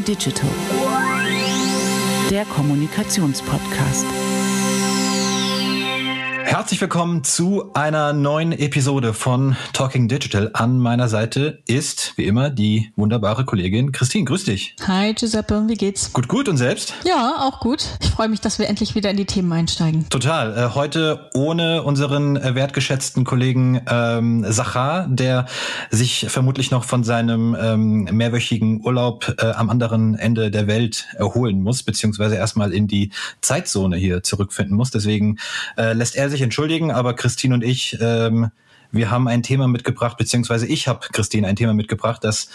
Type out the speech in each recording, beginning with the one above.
Talking Digital, der Kommunikationspodcast. Herzlich willkommen zu einer neuen Episode von Talking Digital. An meiner Seite ist, wie immer, die wunderbare Kollegin Christine. Grüß dich. Hi Giuseppe, wie geht's? Gut und selbst? Ja, auch gut. Ich freue mich, dass wir endlich wieder in die Themen einsteigen. Total. Heute ohne unseren wertgeschätzten Kollegen Sachar, der sich vermutlich noch von seinem mehrwöchigen Urlaub am anderen Ende der Welt erholen muss, beziehungsweise erstmal in die Zeitzone hier zurückfinden muss. Deswegen lässt er sich entschuldigen, aber Christine und ich, wir haben ein Thema mitgebracht, beziehungsweise ich habe Christine ein Thema mitgebracht, das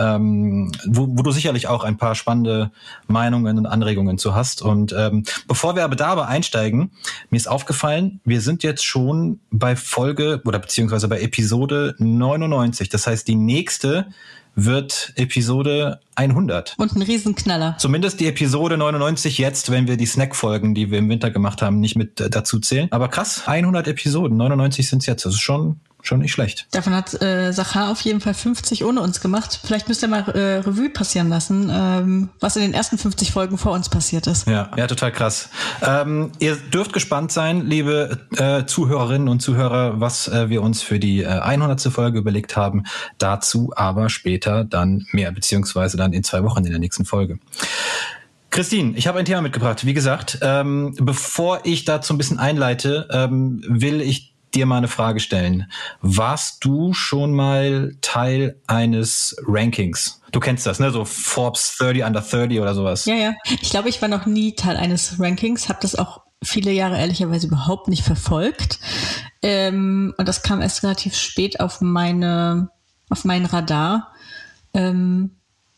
wo du sicherlich auch ein paar spannende Meinungen und Anregungen zu hast. Und bevor wir aber dabei einsteigen, mir ist aufgefallen, wir sind jetzt schon bei Folge oder beziehungsweise bei Episode 99. Das heißt, die nächste wird Episode 100. Und ein Riesenknaller. Zumindest die Episode 99 jetzt, wenn wir die Snack-Folgen, die wir im Winter gemacht haben, nicht mit dazu zählen. Aber krass, 100 Episoden, 99 sind es jetzt. Das ist schon nicht schlecht. Davon hat Sachar auf jeden Fall 50 ohne uns gemacht. Vielleicht müsst ihr mal Revue passieren lassen, was in den ersten 50 Folgen vor uns passiert ist. Ja, total krass. Ihr dürft gespannt sein, liebe Zuhörerinnen und Zuhörer, was wir uns für die 100. Folge überlegt haben. Dazu aber später dann mehr, beziehungsweise dann in 2 Wochen in der nächsten Folge. Christine, ich habe ein Thema mitgebracht. Wie gesagt, bevor ich dazu ein bisschen einleite, will ich dir mal eine Frage stellen. Warst du schon mal Teil eines Rankings? Du kennst das, ne? So Forbes 30 Under 30 oder sowas. Ja. Ich glaube, ich war noch nie Teil eines Rankings, habe das auch viele Jahre ehrlicherweise überhaupt nicht verfolgt. Und das kam erst relativ spät auf meinen Radar. Und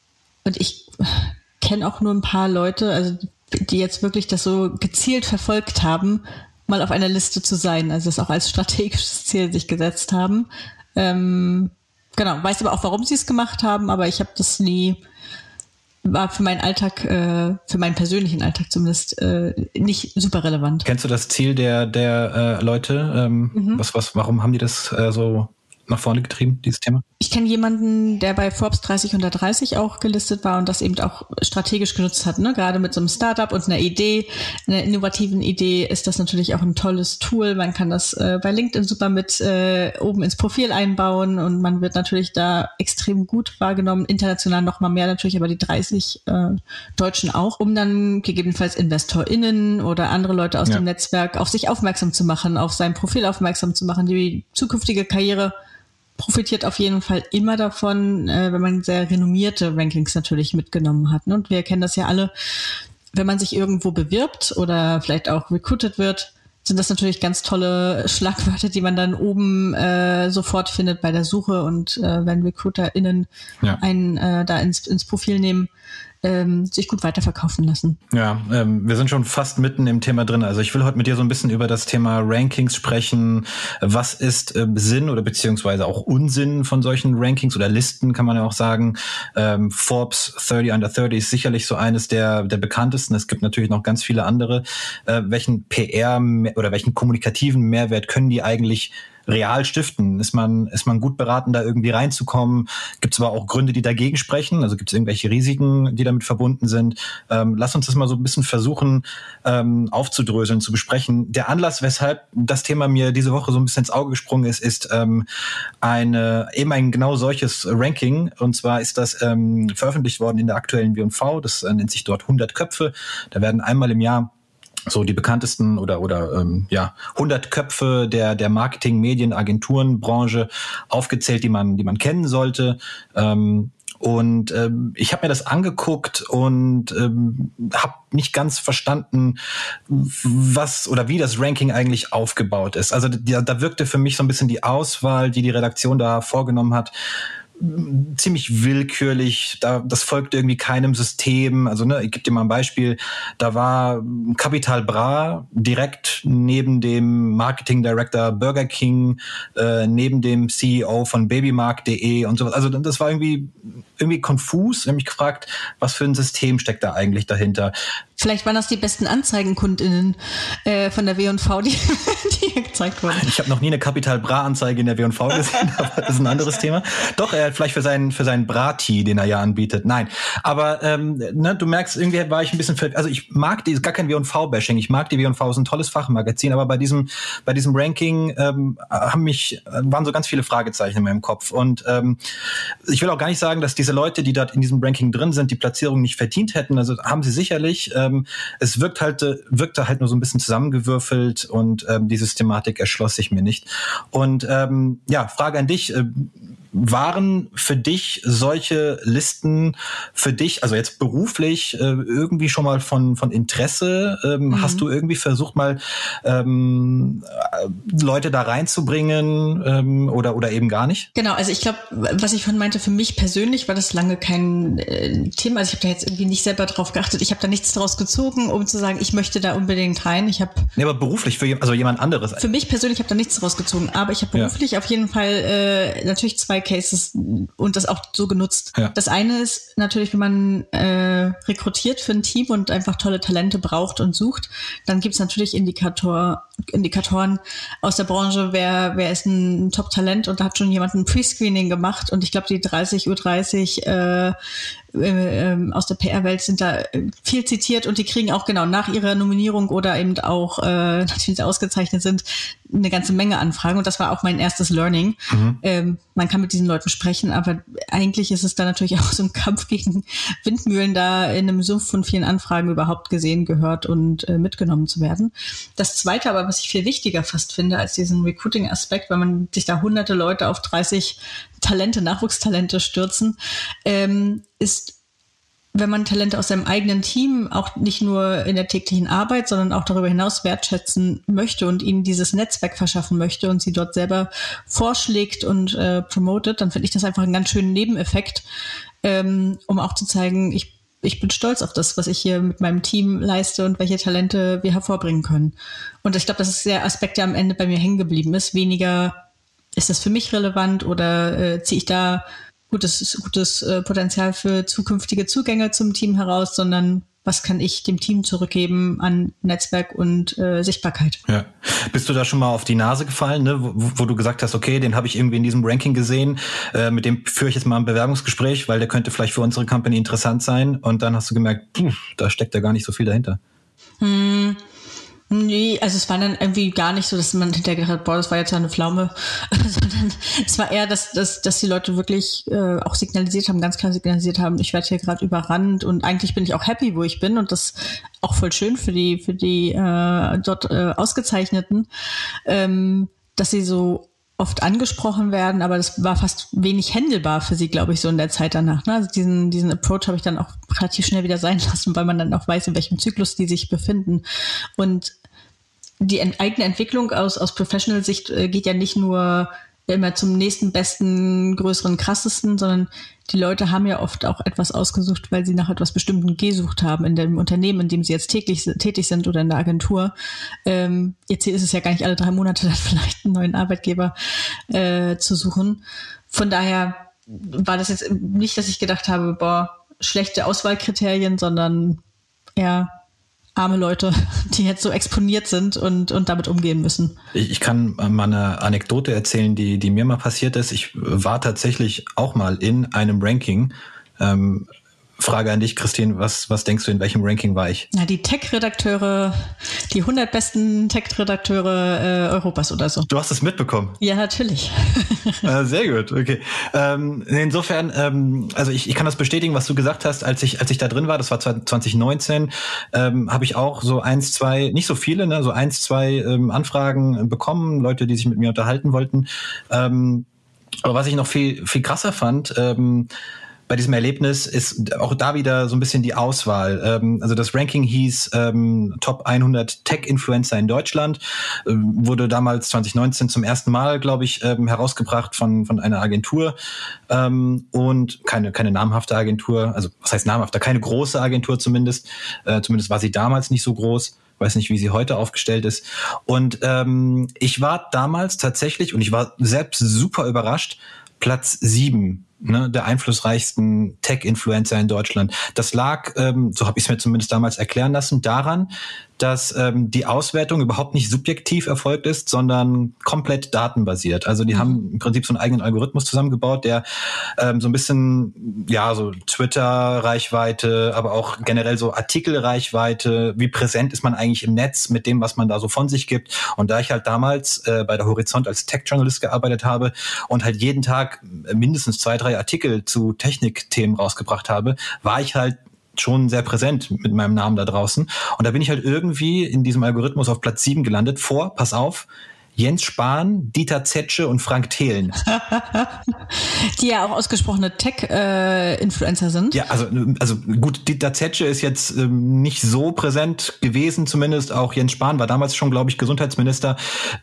ich kenne auch nur ein paar Leute, also die jetzt wirklich das so gezielt verfolgt haben, mal auf einer Liste zu sein, also das auch als strategisches Ziel sich gesetzt haben. Genau, weiß aber auch, warum sie es gemacht haben, aber ich habe das nie, war für meinen Alltag, für meinen persönlichen Alltag zumindest, nicht super relevant. Kennst du das Ziel der Leute? Warum haben die das so nach vorne getrieben, dieses Thema? Ich kenne jemanden, der bei Forbes 30 unter 30 auch gelistet war und das eben auch strategisch genutzt hat, ne? Gerade mit so einem Startup und einer innovativen Idee ist das natürlich auch ein tolles Tool. Man kann das bei LinkedIn super mit oben ins Profil einbauen und man wird natürlich da extrem gut wahrgenommen, international noch mal mehr natürlich, aber die 30 Deutschen auch, um dann gegebenenfalls InvestorInnen oder andere Leute aus dem Netzwerk auf sich aufmerksam zu machen, auf sein Profil aufmerksam zu machen, die zukünftige Karriere profitiert auf jeden Fall immer davon, wenn man sehr renommierte Rankings natürlich mitgenommen hat. Und wir kennen das ja alle, wenn man sich irgendwo bewirbt oder vielleicht auch recruited wird, sind das natürlich ganz tolle Schlagwörter, die man dann oben sofort findet bei der Suche. Und wenn RecruiterInnen einen da ins Profil nehmen, sich gut weiterverkaufen lassen. Ja, wir sind schon fast mitten im Thema drin. Also ich will heute mit dir so ein bisschen über das Thema Rankings sprechen. Was ist Sinn oder beziehungsweise auch Unsinn von solchen Rankings oder Listen, kann man ja auch sagen. Forbes 30 Under 30 ist sicherlich so eines der bekanntesten. Es gibt natürlich noch ganz viele andere. Welchen PR oder welchen kommunikativen Mehrwert können die eigentlich real stiften? Ist man gut beraten, da irgendwie reinzukommen? Gibt es aber auch Gründe, die dagegen sprechen? Also gibt es irgendwelche Risiken, die damit verbunden sind? Lass uns das mal so ein bisschen versuchen aufzudröseln, zu besprechen. Der Anlass, weshalb das Thema mir diese Woche so ein bisschen ins Auge gesprungen ist eben ein genau solches Ranking. Und zwar ist das veröffentlicht worden in der aktuellen W&V. Das nennt sich dort 100 Köpfe. Da werden einmal im Jahr so die bekanntesten oder 100 Köpfe der Marketing-, Medien-, Agenturenbranche aufgezählt, die man kennen sollte. Und ich habe mir das angeguckt und habe nicht ganz verstanden, was oder wie das Ranking eigentlich aufgebaut ist. Also da wirkte für mich so ein bisschen die Auswahl, die Redaktion da vorgenommen hat, ziemlich willkürlich, das folgt irgendwie keinem System. Also ich gebe dir mal ein Beispiel, da war Capital Bra direkt neben dem Marketing Director Burger King, neben dem CEO von Babymarkt.de und sowas. Also das war irgendwie konfus. Ich habe mich gefragt, was für ein System steckt da eigentlich dahinter. Vielleicht waren das die besten AnzeigenkundInnen von der W&V, die hier gezeigt wurden. Ich habe noch nie eine Capital Bra-Anzeige in der W&V gesehen, aber das ist ein anderes Thema. Doch, vielleicht für seinen Bra-Tee, den er ja anbietet. Nein, aber du merkst, irgendwie war ich ein bisschen also ich mag gar kein W&V-Bashing. Ich mag die W&V, ist ein tolles Fachmagazin, aber bei diesem Ranking waren so ganz viele Fragezeichen in meinem Kopf. Und ich will auch gar nicht sagen, dass diese Leute, die dort in diesem Ranking drin sind, die Platzierung nicht verdient hätten. Also haben sie sicherlich. Es wirkte halt nur so ein bisschen zusammengewürfelt und die Systematik erschloss sich mir nicht. Und Frage an dich. Waren für dich solche Listen also jetzt beruflich irgendwie schon mal von Interesse? Hast du irgendwie versucht mal Leute da reinzubringen oder eben gar nicht? Genau, also ich glaube, was ich vorhin meinte, für mich persönlich war das lange kein Thema. Also ich habe da jetzt irgendwie nicht selber drauf geachtet. Ich habe da nichts draus gezogen, um zu sagen, ich möchte da unbedingt rein. Aber beruflich für jemand anderes? Für mich persönlich habe da nichts draus gezogen, aber ich habe beruflich auf jeden Fall natürlich 2 Cases und das auch so genutzt. Ja. Das eine ist natürlich, wenn man rekrutiert für ein Team und einfach tolle Talente braucht und sucht, dann gibt es natürlich Indikatoren aus der Branche, wer ist ein Top-Talent, und da hat schon jemand ein Pre-Screening gemacht, und ich glaube, die 30:30 aus der PR-Welt sind da viel zitiert, und die kriegen auch genau nach ihrer Nominierung oder eben auch, nachdem sie ausgezeichnet sind, eine ganze Menge Anfragen, und das war auch mein erstes Learning. Man kann mit diesen Leuten sprechen, aber eigentlich ist es dann natürlich auch so ein Kampf gegen Windmühlen, da in einem Sumpf von vielen Anfragen überhaupt gesehen, gehört und mitgenommen zu werden. Das Zweite aber, was ich viel wichtiger fast finde als diesen Recruiting-Aspekt, weil man sich da hunderte Leute auf 30 Nachwuchstalente stürzen, ist, wenn man Talente aus seinem eigenen Team auch nicht nur in der täglichen Arbeit, sondern auch darüber hinaus wertschätzen möchte und ihnen dieses Netzwerk verschaffen möchte und sie dort selber vorschlägt und promotet, dann finde ich das einfach einen ganz schönen Nebeneffekt, um auch zu zeigen, ich bin stolz auf das, was ich hier mit meinem Team leiste und welche Talente wir hervorbringen können. Und ich glaube, das ist der Aspekt, der am Ende bei mir hängen geblieben ist. Weniger, ist das für mich relevant oder ziehe ich da gutes Potenzial für zukünftige Zugänge zum Team heraus, sondern was kann ich dem Team zurückgeben an Netzwerk und Sichtbarkeit. Ja. Bist du da schon mal auf die Nase gefallen, ne? wo du gesagt hast, okay, den habe ich irgendwie in diesem Ranking gesehen, mit dem führe ich jetzt mal ein Bewerbungsgespräch, weil der könnte vielleicht für unsere Company interessant sein, und dann hast du gemerkt, da steckt ja gar nicht so viel dahinter. Nee, also es war dann irgendwie gar nicht so, dass man hinterher gedacht hat, boah, das war jetzt ja eine Pflaume, sondern es war eher, dass die Leute wirklich auch ganz klar signalisiert haben, ich werde hier gerade überrannt, und eigentlich bin ich auch happy, wo ich bin, und das auch voll schön für die dort Ausgezeichneten, dass sie so oft angesprochen werden, aber das war fast wenig händelbar für sie, glaube ich, so in der Zeit danach. Ne? Also diesen Approach habe ich dann auch relativ schnell wieder sein lassen, weil man dann auch weiß, in welchem Zyklus die sich befinden. Und die eigene Entwicklung aus Professional-Sicht geht ja nicht nur immer zum nächsten besten, größeren, krassesten, sondern die Leute haben ja oft auch etwas ausgesucht, weil sie nach etwas Bestimmten gesucht haben in dem Unternehmen, in dem sie jetzt tätig sind oder in der Agentur. Ihr Ziel ist es ja gar nicht, alle 3 Monate dann vielleicht einen neuen Arbeitgeber zu suchen. Von daher war das jetzt nicht, dass ich gedacht habe, boah, schlechte Auswahlkriterien, sondern eher arme Leute, die jetzt so exponiert sind und damit umgehen müssen. Ich kann mal eine Anekdote erzählen, die mir mal passiert ist. Ich war tatsächlich auch mal in einem Ranking. Frage an dich, Christine, was denkst du, in welchem Ranking war ich? Na, die Tech-Redakteure, die 100 besten Tech-Redakteure Europas oder so. Du hast es mitbekommen? Ja, natürlich. Sehr gut, okay. Insofern, also ich kann das bestätigen, was du gesagt hast, als ich da drin war, das war 2019, habe ich auch so 1, 2, nicht so viele, ne, so 1, 2 Anfragen bekommen, Leute, die sich mit mir unterhalten wollten. Aber was ich noch viel, viel krasser fand, bei diesem Erlebnis ist auch da wieder so ein bisschen die Auswahl. Also das Ranking hieß Top 100 Tech-Influencer in Deutschland, wurde damals 2019 zum ersten Mal, glaube ich, herausgebracht von einer Agentur, und keine namhafte Agentur, also was heißt namhafter, keine große Agentur zumindest. Zumindest war sie damals nicht so groß. Weiß nicht, wie sie heute aufgestellt ist. Und ich war damals tatsächlich, und ich war selbst super überrascht, Platz 7 ne, der einflussreichsten Tech-Influencer in Deutschland. Das lag, so habe ich es mir zumindest damals erklären lassen, daran, dass die Auswertung überhaupt nicht subjektiv erfolgt ist, sondern komplett datenbasiert. Also die haben im Prinzip so einen eigenen Algorithmus zusammengebaut, der so ein bisschen, ja, so Twitter-Reichweite, aber auch generell so Artikelreichweite, wie präsent ist man eigentlich im Netz mit dem, was man da so von sich gibt. Und da ich halt damals bei der Horizont als Tech-Journalist gearbeitet habe und halt jeden Tag mindestens 2-3 Artikel zu Technikthemen rausgebracht habe, war ich halt schon sehr präsent mit meinem Namen da draußen. Und da bin ich halt irgendwie in diesem Algorithmus auf Platz 7 gelandet vor, pass auf, Jens Spahn, Dieter Zetsche und Frank Thelen. Die ja auch ausgesprochene Tech-Influencer sind. Ja, also gut, Dieter Zetsche ist jetzt nicht so präsent gewesen, zumindest auch Jens Spahn war damals schon, glaube ich, Gesundheitsminister.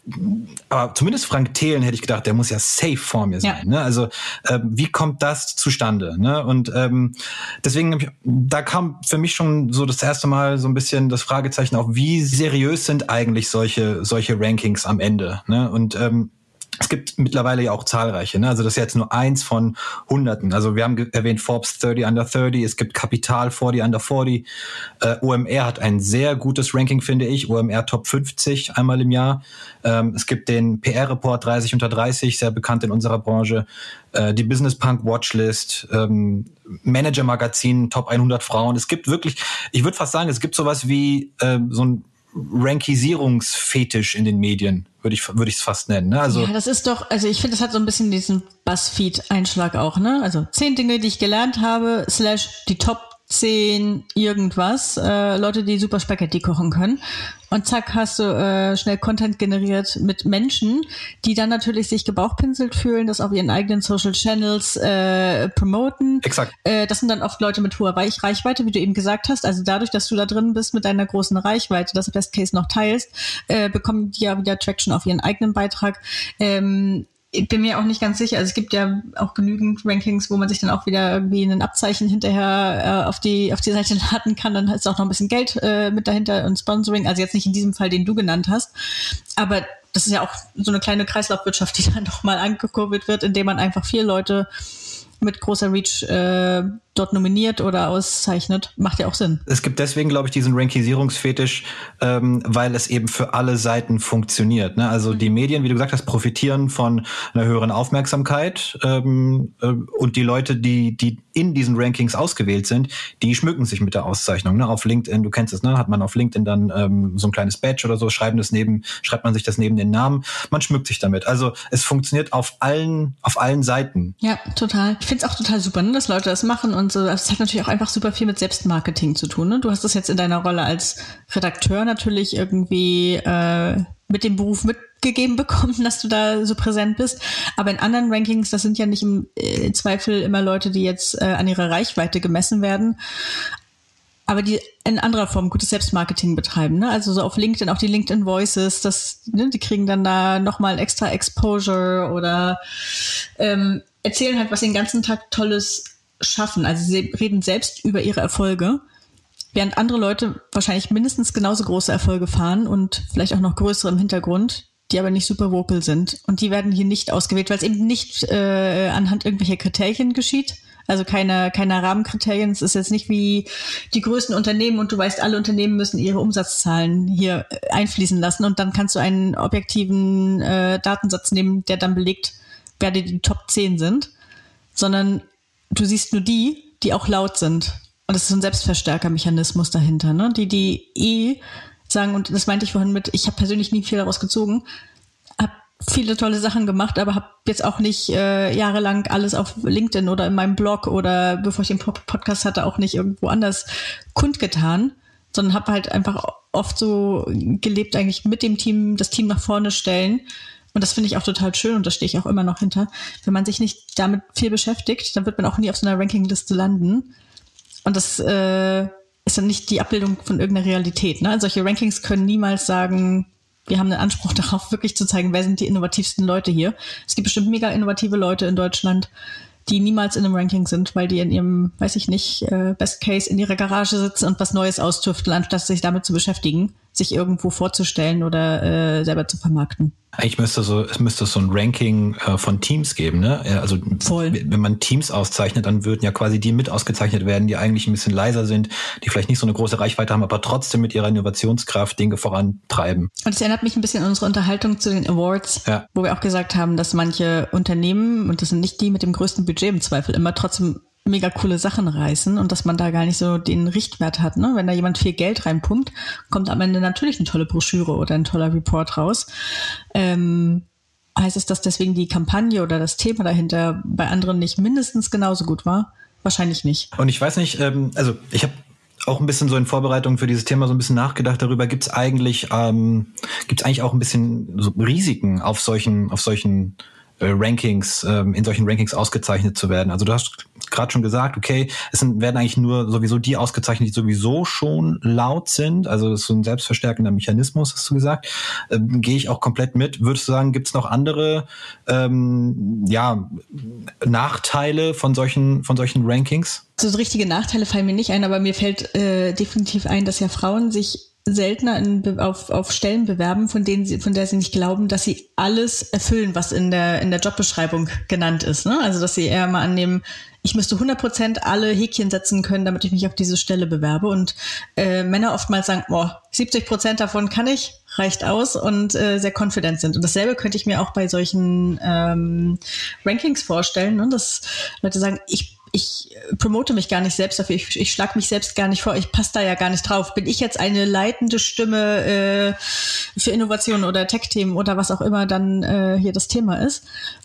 Aber zumindest Frank Thelen hätte ich gedacht, der muss ja safe vor mir sein. Ja. Ne? Also wie kommt das zustande? Ne? Und deswegen, da kam für mich schon so das erste Mal so ein bisschen das Fragezeichen auf, wie seriös sind eigentlich solche Rankings am Ende? Ne? Und es gibt mittlerweile ja auch zahlreiche, ne? Also das ist jetzt nur eins von Hunderten. Also wir haben erwähnt Forbes 30 Under 30, es gibt Kapital 40 Under 40. OMR hat ein sehr gutes Ranking, finde ich. OMR Top 50 einmal im Jahr. Es gibt den PR-Report 30 unter 30, sehr bekannt in unserer Branche. Die Business Punk Watchlist, Manager Magazin Top 100 Frauen. Es gibt wirklich, ich würde fast sagen, es gibt sowas wie so ein Rankisierungsfetisch in den Medien, würde ich es fast nennen. Ne? Also, ja, das ist doch, also ich finde, das hat so ein bisschen diesen Buzzfeed-Einschlag auch, ne? Also 10 Dinge, die ich gelernt habe, / die Top 10 irgendwas, Leute, die super Spaghetti kochen können. Und zack, hast du schnell Content generiert mit Menschen, die dann natürlich sich gebauchpinselt fühlen, das auf ihren eigenen Social Channels promoten. Exakt. Das sind dann oft Leute mit hoher Reichweite, wie du eben gesagt hast. Also dadurch, dass du da drin bist mit deiner großen Reichweite, das Best Case noch teilst, bekommen die ja wieder Traction auf ihren eigenen Beitrag. Ich bin mir auch nicht ganz sicher, also es gibt ja auch genügend Rankings, wo man sich dann auch wieder irgendwie ein Abzeichen hinterher auf die Seite laden kann, dann ist auch noch ein bisschen Geld mit dahinter und Sponsoring, also jetzt nicht in diesem Fall, den du genannt hast, aber das ist ja auch so eine kleine Kreislaufwirtschaft, die dann nochmal angekurbelt wird, indem man einfach 4 Leute mit großer Reach dort nominiert oder auszeichnet, macht ja auch Sinn. Es gibt deswegen, glaube ich, diesen Rankisierungsfetisch, weil es eben für alle Seiten funktioniert. Ne? Also die Medien, wie du gesagt hast, profitieren von einer höheren Aufmerksamkeit und die Leute, die in diesen Rankings ausgewählt sind, die schmücken sich mit der Auszeichnung. Ne? Auf LinkedIn, du kennst es, ne? Hat man auf LinkedIn dann so ein kleines Badge oder so, schreibt man sich das neben den Namen, man schmückt sich damit. Also es funktioniert auf allen Seiten. Ja, total. Ich finde es auch total super, ne, dass Leute das machen und so. Das hat natürlich auch einfach super viel mit Selbstmarketing zu tun. Ne? Du hast das jetzt in deiner Rolle als Redakteur natürlich irgendwie mit dem Beruf mitgegeben bekommen, dass du da so präsent bist. Aber in anderen Rankings, das sind ja nicht im Zweifel immer Leute, die jetzt an ihrer Reichweite gemessen werden, aber die in anderer Form gutes Selbstmarketing betreiben. Ne? Also so auf LinkedIn, auch die LinkedIn Voices, die kriegen dann da nochmal extra Exposure oder erzählen halt, was sie den ganzen Tag Tolles schaffen. Also sie reden selbst über ihre Erfolge, während andere Leute wahrscheinlich mindestens genauso große Erfolge fahren und vielleicht auch noch größere im Hintergrund, die aber nicht super vocal sind. Und die werden hier nicht ausgewählt, weil es eben nicht anhand irgendwelcher Kriterien geschieht. Also keine Rahmenkriterien. Es ist jetzt nicht wie die größten Unternehmen und du weißt, alle Unternehmen müssen ihre Umsatzzahlen hier einfließen lassen und dann kannst du einen objektiven Datensatz nehmen, der dann belegt, wer die Top 10 sind, sondern du siehst nur die auch laut sind. Und das ist so ein Selbstverstärkermechanismus dahinter, ne? Die sagen, und das meinte ich vorhin mit, ich habe persönlich nie viel daraus gezogen, habe viele tolle Sachen gemacht, aber habe jetzt auch nicht jahrelang alles auf LinkedIn oder in meinem Blog oder bevor ich den Podcast hatte, auch nicht irgendwo anders kundgetan, sondern habe halt einfach oft so gelebt, eigentlich mit dem Team, das Team nach vorne stellen. Und das finde ich auch total schön und da stehe ich auch immer noch hinter. Wenn man sich nicht damit viel beschäftigt, dann wird man auch nie auf so einer Rankingliste landen. Und das ist dann nicht die Abbildung von irgendeiner Realität. Ne? Solche Rankings können niemals sagen, wir haben einen Anspruch darauf, wirklich zu zeigen, wer sind die innovativsten Leute hier. Es gibt bestimmt mega innovative Leute in Deutschland, die niemals in einem Ranking sind, weil die in ihrem, weiß ich nicht, Best Case in ihrer Garage sitzen und was Neues austüfteln, anstatt sich damit zu beschäftigen. sich irgendwo vorzustellen oder selber zu vermarkten. Eigentlich müsste es so ein Ranking von Teams geben, ne? Also voll. Wenn man Teams auszeichnet, dann würden ja quasi die mit ausgezeichnet werden, die eigentlich ein bisschen leiser sind, die vielleicht nicht so eine große Reichweite haben, aber trotzdem mit ihrer Innovationskraft Dinge vorantreiben. Und es erinnert mich ein bisschen an unsere Unterhaltung zu den Awards, wo wir auch gesagt haben, dass manche Unternehmen, und das sind nicht die mit dem größten Budget im Zweifel, immer trotzdem mega coole Sachen reißen und dass man da gar nicht so den Richtwert hat, ne? Wenn da jemand viel Geld reinpumpt, kommt am Ende natürlich eine tolle Broschüre oder ein toller Report raus. Heißt es, dass deswegen die Kampagne oder das Thema dahinter bei anderen nicht mindestens genauso gut war? Wahrscheinlich nicht. Und ich weiß nicht, also ich habe auch ein bisschen so in Vorbereitung für dieses Thema so ein bisschen nachgedacht darüber, gibt's eigentlich auch ein bisschen so Risiken auf solchen Rankings, in solchen Rankings ausgezeichnet zu werden. Also du hast gerade schon gesagt, okay, werden eigentlich nur sowieso die ausgezeichnet, die sowieso schon laut sind. Also das ist so ein selbstverstärkender Mechanismus, hast du gesagt. Gehe ich auch komplett mit. Würdest du sagen, gibt es noch andere Nachteile von solchen Rankings? Also so richtige Nachteile fallen mir nicht ein, aber mir fällt definitiv ein, dass ja Frauen sich seltener auf Stellen bewerben, von der sie nicht glauben, dass sie alles erfüllen, was in der Jobbeschreibung genannt ist. Ne? Also dass sie eher mal annehmen, ich müsste 100% alle Häkchen setzen können, damit ich mich auf diese Stelle bewerbe. Und Männer oftmals sagen, 70% davon kann ich, reicht aus und sehr confident sind. Und dasselbe könnte ich mir auch bei solchen Rankings vorstellen, ne? Dass Leute sagen, ich promote mich gar nicht selbst dafür, ich schlage mich selbst gar nicht vor, ich passe da ja gar nicht drauf. Bin ich jetzt eine leitende Stimme für Innovationen oder Tech-Themen oder was auch immer dann hier das Thema ist?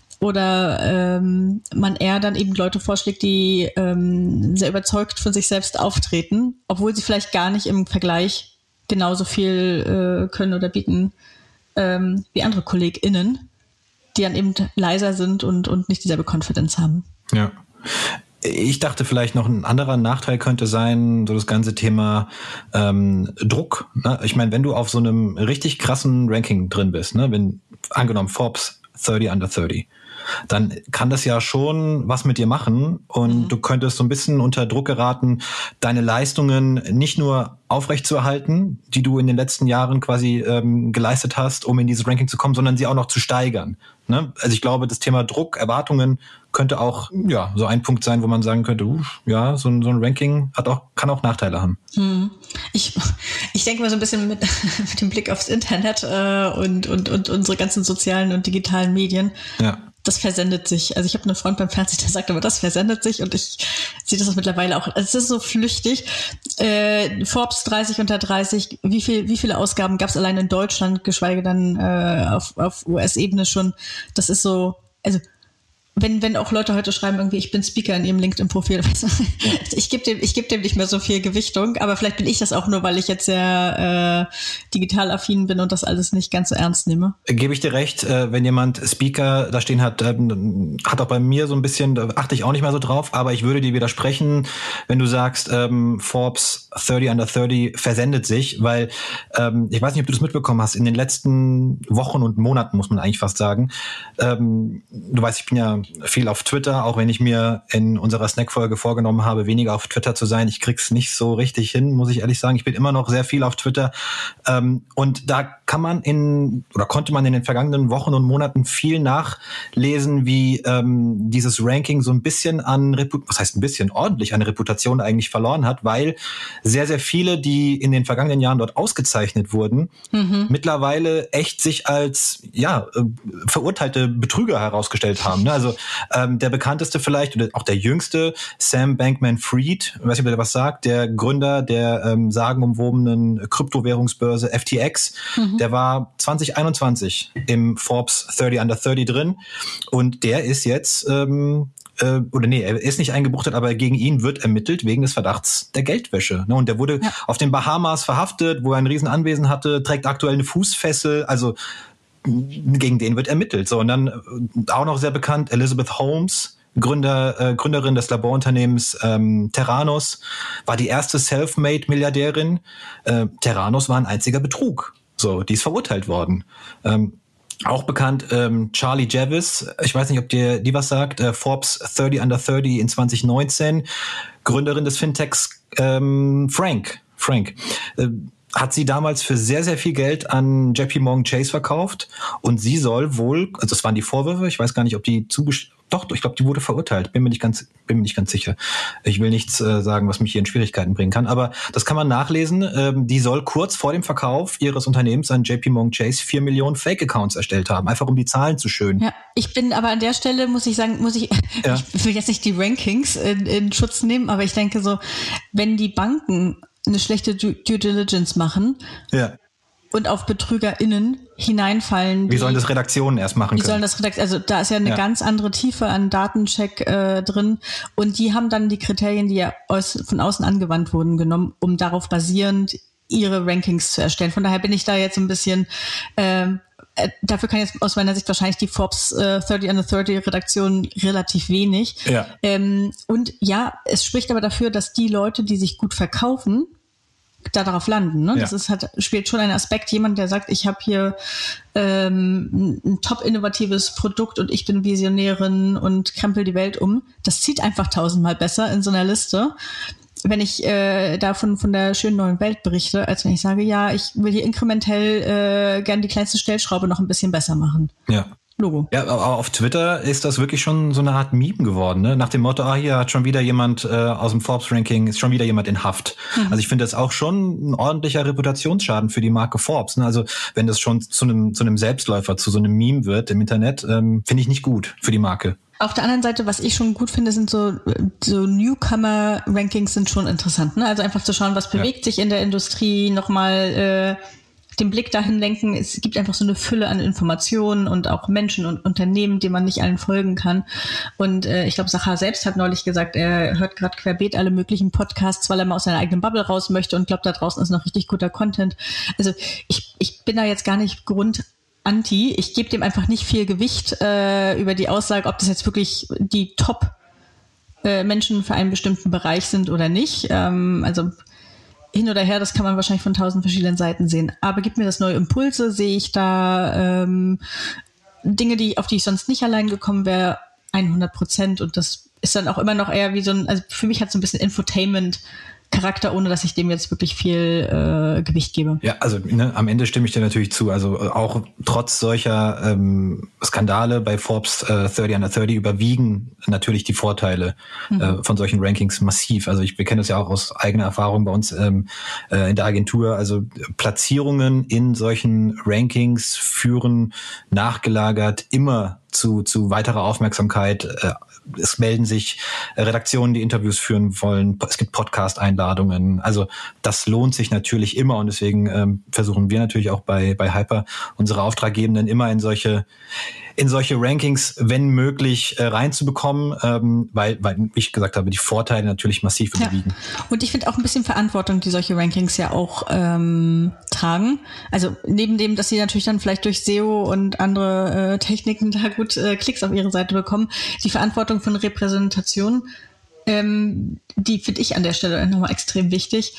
Oder man eher dann eben Leute vorschlägt, die sehr überzeugt von sich selbst auftreten, obwohl sie vielleicht gar nicht im Vergleich genauso viel können oder bieten wie andere KollegInnen, die dann eben leiser sind und nicht dieselbe Confidence haben. Ja. Ich dachte vielleicht noch ein anderer Nachteil könnte sein, so das ganze Thema Druck. Ne? Ich meine, wenn du auf so einem richtig krassen Ranking drin bist, ne? Wenn angenommen Forbes 30 under 30, dann kann das ja schon was mit dir machen und du könntest so ein bisschen unter Druck geraten, deine Leistungen nicht nur aufrechtzuerhalten, die du in den letzten Jahren quasi geleistet hast, um in dieses Ranking zu kommen, sondern sie auch noch zu steigern. Ne? Also ich glaube, das Thema Druck, Erwartungen könnte auch so ein Punkt sein, wo man sagen könnte, so ein Ranking kann auch Nachteile haben. Ich denke mal so ein bisschen mit dem Blick aufs Internet und unsere ganzen sozialen und digitalen Medien. Ja. Das versendet sich. Also ich habe einen Freund beim Fernsehen, der sagt aber, das versendet sich und ich sehe das mittlerweile auch. Also es ist so flüchtig. Forbes 30 unter 30, wie viele Ausgaben gab es allein in Deutschland, geschweige dann auf US-Ebene schon. Das ist so, also wenn auch Leute heute schreiben, irgendwie, ich bin Speaker in ihrem LinkedIn-Profil, ich gebe dem nicht mehr so viel Gewichtung, aber vielleicht bin ich das auch nur, weil ich jetzt sehr digital affin bin und das alles nicht ganz so ernst nehme. Gebe ich dir recht, wenn jemand Speaker da stehen hat, hat auch bei mir so ein bisschen, da achte ich auch nicht mehr so drauf, aber ich würde dir widersprechen, wenn du sagst, Forbes 30 under 30 versendet sich, weil ich weiß nicht, ob du das mitbekommen hast, in den letzten Wochen und Monaten, muss man eigentlich fast sagen, du weißt, ich bin ja viel auf Twitter, auch wenn ich mir in unserer Snack-Folge vorgenommen habe, weniger auf Twitter zu sein. Ich krieg's nicht so richtig hin, muss ich ehrlich sagen. Ich bin immer noch sehr viel auf Twitter. Und da konnte man in den vergangenen Wochen und Monaten viel nachlesen, wie dieses Ranking so ein bisschen ordentlich an Reputation eigentlich verloren hat, weil sehr, sehr viele, die in den vergangenen Jahren dort ausgezeichnet wurden, mittlerweile echt sich als verurteilte Betrüger herausgestellt haben. Ne? Also der bekannteste vielleicht oder auch der jüngste, Sam Bankman-Fried, ich weiß nicht, ob der was sagt, der Gründer der sagenumwobenen Kryptowährungsbörse FTX, der war 2021 im Forbes 30 under 30 drin und der ist jetzt er ist nicht eingebuchtet, aber gegen ihn wird ermittelt wegen des Verdachts der Geldwäsche. Und der wurde auf den Bahamas verhaftet, wo er ein Riesenanwesen hatte, trägt aktuell eine Fußfessel, also gegen den wird ermittelt. So, und dann auch noch sehr bekannt, Elizabeth Holmes, Gründerin des Laborunternehmens Theranos, war die erste Selfmade-Milliardärin. Theranos war ein einziger Betrug. So, die ist verurteilt worden. Auch bekannt Charlie Javis, ich weiß nicht, ob dir die was sagt, Forbes 30 under 30 in 2019, Gründerin des Fintechs Frank. hat sie damals für sehr, sehr viel Geld an JP Morgan Chase verkauft und sie soll wohl, also das waren die Vorwürfe, ich weiß gar nicht, ob die doch, ich glaube, die wurde verurteilt, bin mir nicht ganz sicher. Ich will nichts sagen, was mich hier in Schwierigkeiten bringen kann, aber das kann man nachlesen. Die soll kurz vor dem Verkauf ihres Unternehmens an JP Morgan Chase 4 Millionen Fake-Accounts erstellt haben, einfach um die Zahlen zu schönen. Ja, ich bin aber an der Stelle, ich will jetzt nicht die Rankings in Schutz nehmen, aber ich denke so, wenn die Banken eine schlechte Due Diligence machen und auf BetrügerInnen hineinfallen. Wie sollen das Redaktionen erst machen können? Also da ist ja eine ganz andere Tiefe an Datencheck drin und die haben dann die Kriterien, die ja von außen angewandt wurden, genommen, um darauf basierend ihre Rankings zu erstellen. Von daher bin ich da jetzt ein bisschen dafür kann jetzt aus meiner Sicht wahrscheinlich die Forbes 30 under 30 Redaktion relativ wenig. Ja. Und ja, es spricht aber dafür, dass die Leute, die sich gut verkaufen, da darauf landen. Ne? Ja. Das spielt schon einen Aspekt. Jemand, der sagt, ich habe hier ein top innovatives Produkt und ich bin Visionärin und krempel die Welt um. Das zieht einfach 1000-mal besser in so einer Liste, wenn ich davon von der schönen neuen Welt berichte, als wenn ich sage, ja, ich will hier inkrementell gerne die kleinste Stellschraube noch ein bisschen besser machen. Ja. Logo. Ja, aber auf Twitter ist das wirklich schon so eine Art Meme geworden, ne? Nach dem Motto, hier hat schon wieder jemand aus dem Forbes-Ranking, ist schon wieder jemand in Haft. Mhm. Also ich finde das auch schon ein ordentlicher Reputationsschaden für die Marke Forbes. Ne? Also wenn das schon zu einem Selbstläufer, zu so einem Meme wird im Internet, finde ich nicht gut für die Marke. Auf der anderen Seite, was ich schon gut finde, sind so Newcomer-Rankings sind schon interessant. Ne? Also einfach zu schauen, was bewegt sich in der Industrie, nochmal den Blick dahin lenken. Es gibt einfach so eine Fülle an Informationen und auch Menschen und Unternehmen, denen man nicht allen folgen kann. Und ich glaube, Sachar selbst hat neulich gesagt, er hört gerade querbeet alle möglichen Podcasts, weil er mal aus seiner eigenen Bubble raus möchte und glaubt, da draußen ist noch richtig guter Content. Also ich bin da jetzt gar nicht anti. Ich gebe dem einfach nicht viel Gewicht über die Aussage, ob das jetzt wirklich die Top-Menschen für einen bestimmten Bereich sind oder nicht. Also hin oder her, das kann man wahrscheinlich von 1000 verschiedenen Seiten sehen. Aber gibt mir das neue Impulse? Sehe ich da Dinge, auf die ich sonst nicht allein gekommen wäre, 100%. Und das ist dann auch immer noch eher wie also für mich hat es so ein bisschen Infotainment-Charakter, ohne dass ich dem jetzt wirklich viel Gewicht gebe. Ja, also am Ende stimme ich dir natürlich zu. Also auch trotz solcher Skandale bei Forbes 30 under 30 überwiegen natürlich die Vorteile von solchen Rankings massiv. Also wir kennen das ja auch aus eigener Erfahrung bei uns in der Agentur. Also Platzierungen in solchen Rankings führen nachgelagert immer zu weiterer Aufmerksamkeit. Es melden sich Redaktionen, die Interviews führen wollen. Es gibt Podcast-Einladungen. Also das lohnt sich natürlich immer und deswegen versuchen wir natürlich auch bei Hyper unsere Auftraggebenden immer in solche Rankings, wenn möglich, reinzubekommen, weil, wie ich gesagt habe, die Vorteile natürlich massiv überwiegen. Ja. Und ich finde auch ein bisschen Verantwortung, die solche Rankings ja auch tragen. Also neben dem, dass sie natürlich dann vielleicht durch SEO und andere Techniken da gut Klicks auf ihre Seite bekommen, die Verantwortung von Repräsentation, die finde ich an der Stelle nochmal extrem wichtig.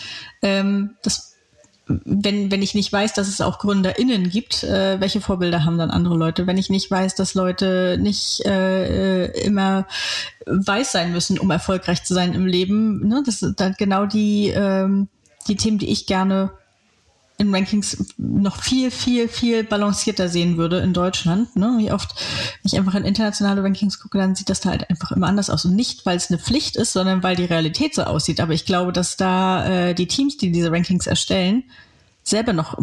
Wenn ich nicht weiß, dass es auch GründerInnen gibt, welche Vorbilder haben dann andere Leute? Wenn ich nicht weiß, dass Leute nicht immer weiß sein müssen, um erfolgreich zu sein im Leben, ne? Das sind dann genau die Themen, die ich gerne in Rankings noch viel, viel, viel balancierter sehen würde in Deutschland. Ne? Wie oft, wenn ich einfach in internationale Rankings gucke, dann sieht das da halt einfach immer anders aus. Und nicht, weil es eine Pflicht ist, sondern weil die Realität so aussieht. Aber ich glaube, dass da die Teams, die diese Rankings erstellen, selber noch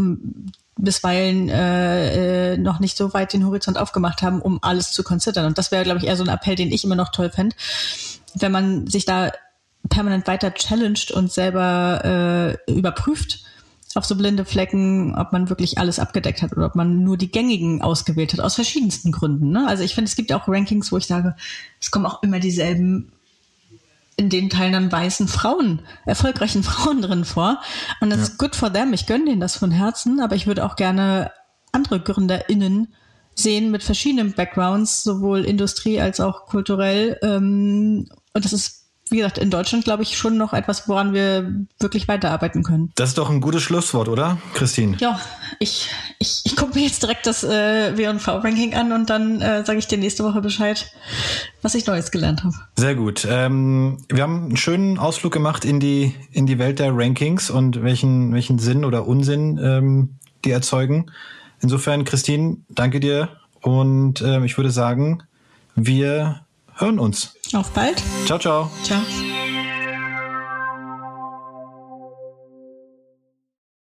bisweilen noch nicht so weit den Horizont aufgemacht haben, um alles zu considern. Und das wäre, glaube ich, eher so ein Appell, den ich immer noch toll fände, wenn man sich da permanent weiter challenged und selber überprüft, auf so blinde Flecken, ob man wirklich alles abgedeckt hat oder ob man nur die gängigen ausgewählt hat, aus verschiedensten Gründen. Ne? Also ich finde, es gibt auch Rankings, wo ich sage, es kommen auch immer dieselben, in den Teilen dann weißen Frauen, erfolgreichen Frauen drin vor. Und das ist good for them. Ich gönne denen das von Herzen, aber ich würde auch gerne andere GründerInnen sehen mit verschiedenen Backgrounds, sowohl Industrie als auch kulturell. Und das ist wie gesagt, in Deutschland, glaube ich, schon noch etwas, woran wir wirklich weiterarbeiten können. Das ist doch ein gutes Schlusswort, oder, Christine? Ja, ich gucke mir jetzt direkt das W&V-Ranking an und dann sage ich dir nächste Woche Bescheid, was ich Neues gelernt habe. Sehr gut. Wir haben einen schönen Ausflug gemacht in die Welt der Rankings und welchen Sinn oder Unsinn die erzeugen. Insofern, Christine, danke dir und ich würde sagen, wir hören uns. Auf bald. Ciao, ciao. Ciao.